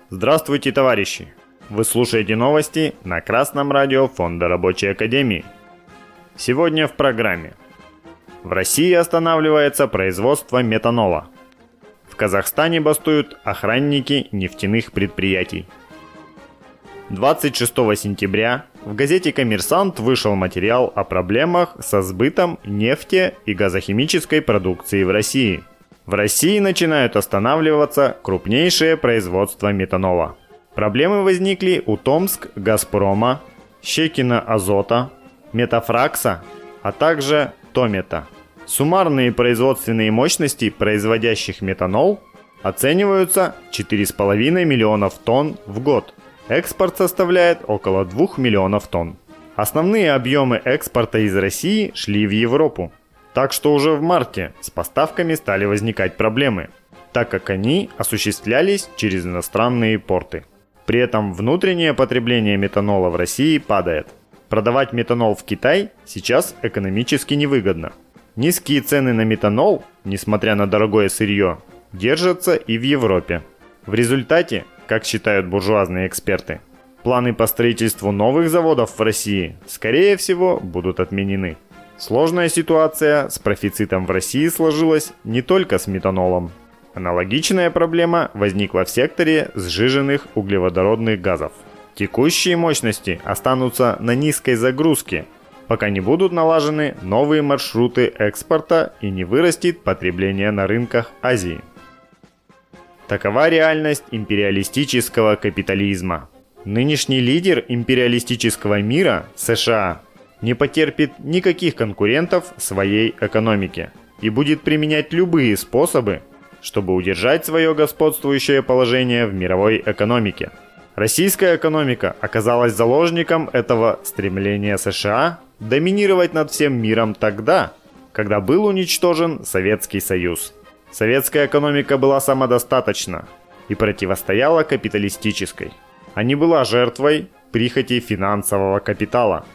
Здравствуйте, товарищи! Вы слушаете новости на Красном радио Фонда Рабочей Академии. Сегодня в программе. В России останавливается производство метанола. В Казахстане бастуют охранники нефтяных предприятий. 26 сентября в газете «Коммерсант» вышел материал о проблемах со сбытом нефти и газохимической продукции в России. В России начинают останавливаться крупнейшие производства метанола. Проблемы возникли у Томск-Газпрома, Щекино-Азота, Метафракса, а также Томета. Суммарные производственные мощности производящих метанол оцениваются 4,5 миллионов тонн в год. Экспорт составляет около 2 миллионов тонн. Основные объемы экспорта из России шли в Европу. Так что уже в марте с поставками стали возникать проблемы, так как они осуществлялись через иностранные порты. При этом внутреннее потребление метанола в России падает. Продавать метанол в Китай сейчас экономически невыгодно. Низкие цены на метанол, несмотря на дорогое сырье, держатся и в Европе. В результате, как считают буржуазные эксперты, планы по строительству новых заводов в России, скорее всего, будут отменены. Сложная ситуация с профицитом в России сложилась не только с метанолом. Аналогичная проблема возникла в секторе сжиженных углеводородных газов. Текущие мощности останутся на низкой загрузке, пока не будут налажены новые маршруты экспорта и не вырастет потребление на рынках Азии. Такова реальность империалистического капитализма. Нынешний лидер империалистического мира, США, не потерпит никаких конкурентов в своей экономике и будет применять любые способы, чтобы удержать свое господствующее положение в мировой экономике. Российская экономика оказалась заложником этого стремления США доминировать над всем миром тогда, когда был уничтожен Советский Союз. Советская экономика была самодостаточна и противостояла капиталистической, а не была жертвой прихоти финансового капитала.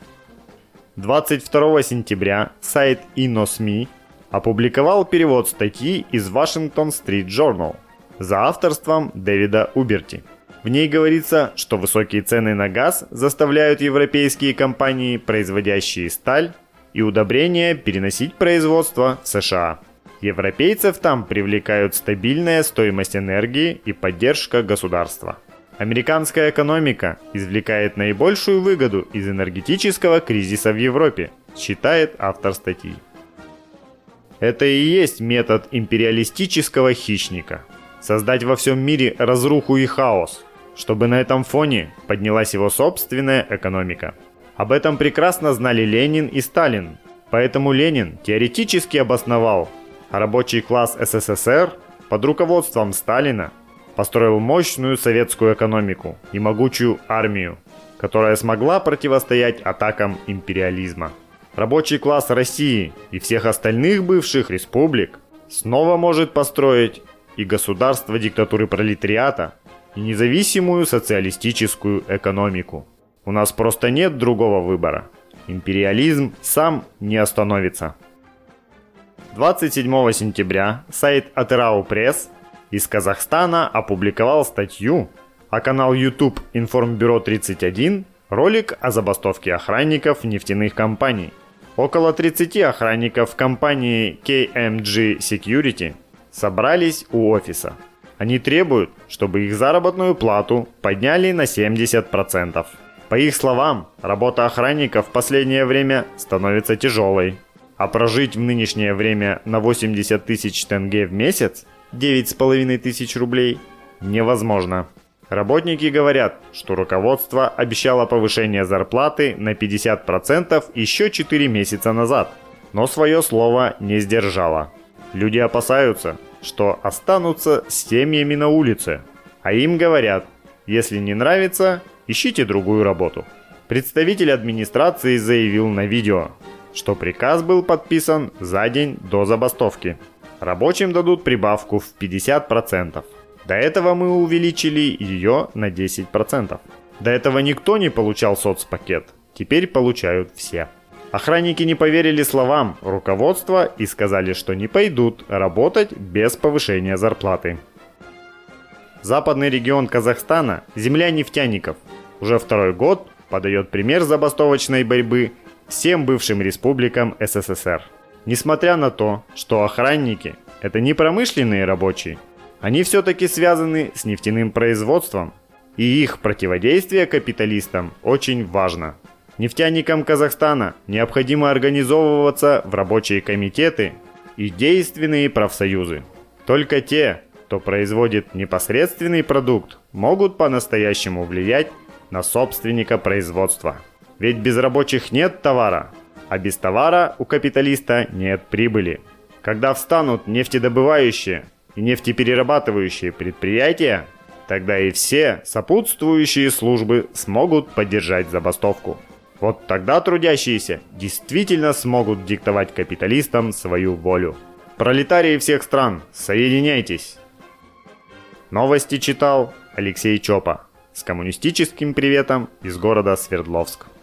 22 сентября сайт InnoSMI опубликовал перевод статьи из Washington Street Journal за авторством Дэвида Уберти. В ней говорится, что высокие цены на газ заставляют европейские компании, производящие сталь и удобрения, переносить производство в США. Европейцев там привлекают стабильная стоимость энергии и поддержка государства. Американская экономика извлекает наибольшую выгоду из энергетического кризиса в Европе, считает автор статьи. Это и есть метод империалистического хищника – создать во всем мире разруху и хаос, чтобы на этом фоне поднялась его собственная экономика. Об этом прекрасно знали Ленин и Сталин, поэтому Ленин теоретически обосновал, а рабочий класс СССР под руководством Сталина построил мощную советскую экономику и могучую армию, которая смогла противостоять атакам империализма. Рабочий класс России и всех остальных бывших республик снова может построить и государство диктатуры пролетариата, и независимую социалистическую экономику. У нас просто нет другого выбора. Империализм сам не остановится. 27 сентября сайт Атырау Пресс из Казахстана опубликовал статью, а канал YouTube Информбюро 31 ролик о забастовке охранников нефтяных компаний. Около 30 охранников компании KMG Security собрались у офиса. Они требуют, чтобы их заработную плату подняли на 70%. По их словам, работа охранников в последнее время становится тяжелой, а прожить в нынешнее время на 80 тысяч тенге в месяц, 9,5 тысяч рублей, невозможно. Работники говорят, что руководство обещало повышение зарплаты на 50% еще 4 месяца назад, но свое слово не сдержало. Люди опасаются, что останутся с семьями на улице, а им говорят, если не нравится, ищите другую работу. Представитель администрации заявил на видео, что приказ был подписан за день до забастовки. Рабочим дадут прибавку в 50%. До этого мы увеличили ее на 10%. До этого никто не получал соцпакет, теперь получают все. Охранники не поверили словам руководства и сказали, что не пойдут работать без повышения зарплаты. Западный регион Казахстана – земля нефтяников. Уже второй год подает пример забастовочной борьбы всем бывшим республикам СССР. Несмотря на то, что охранники – это не промышленные рабочие, они все-таки связаны с нефтяным производством, и их противодействие капиталистам очень важно. Нефтяникам Казахстана необходимо организовываться в рабочие комитеты и действенные профсоюзы. Только те, кто производит непосредственный продукт, могут по-настоящему влиять на собственника производства. Ведь без рабочих нет товара, а без товара у капиталиста нет прибыли. Когда встанут нефтедобывающие и нефтеперерабатывающие предприятия, тогда и все сопутствующие службы смогут поддержать забастовку. Вот тогда трудящиеся действительно смогут диктовать капиталистам свою волю. Пролетарии всех стран, соединяйтесь! Новости читал Алексей Чопа с коммунистическим приветом из города Свердловск.